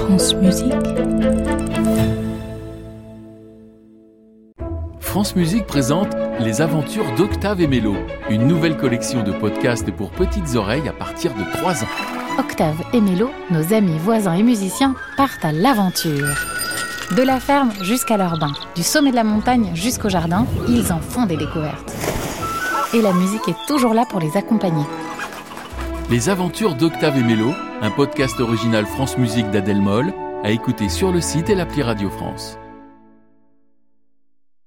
France Musique. France Musique présente Les aventures d'Octave et Mélo, une nouvelle collection de podcasts pour petites oreilles à partir de 3 ans. Octave et Mélo, nos amis, voisins et musiciens, partent à l'aventure. De la ferme jusqu'à leur bain, du sommet de la montagne jusqu'au jardin, ils en font des découvertes. Et la musique est toujours là pour les accompagner. Les aventures d'Octave et Mélo, un podcast original France Musique d'Adèle Moll, à écouter sur le site et l'appli Radio France.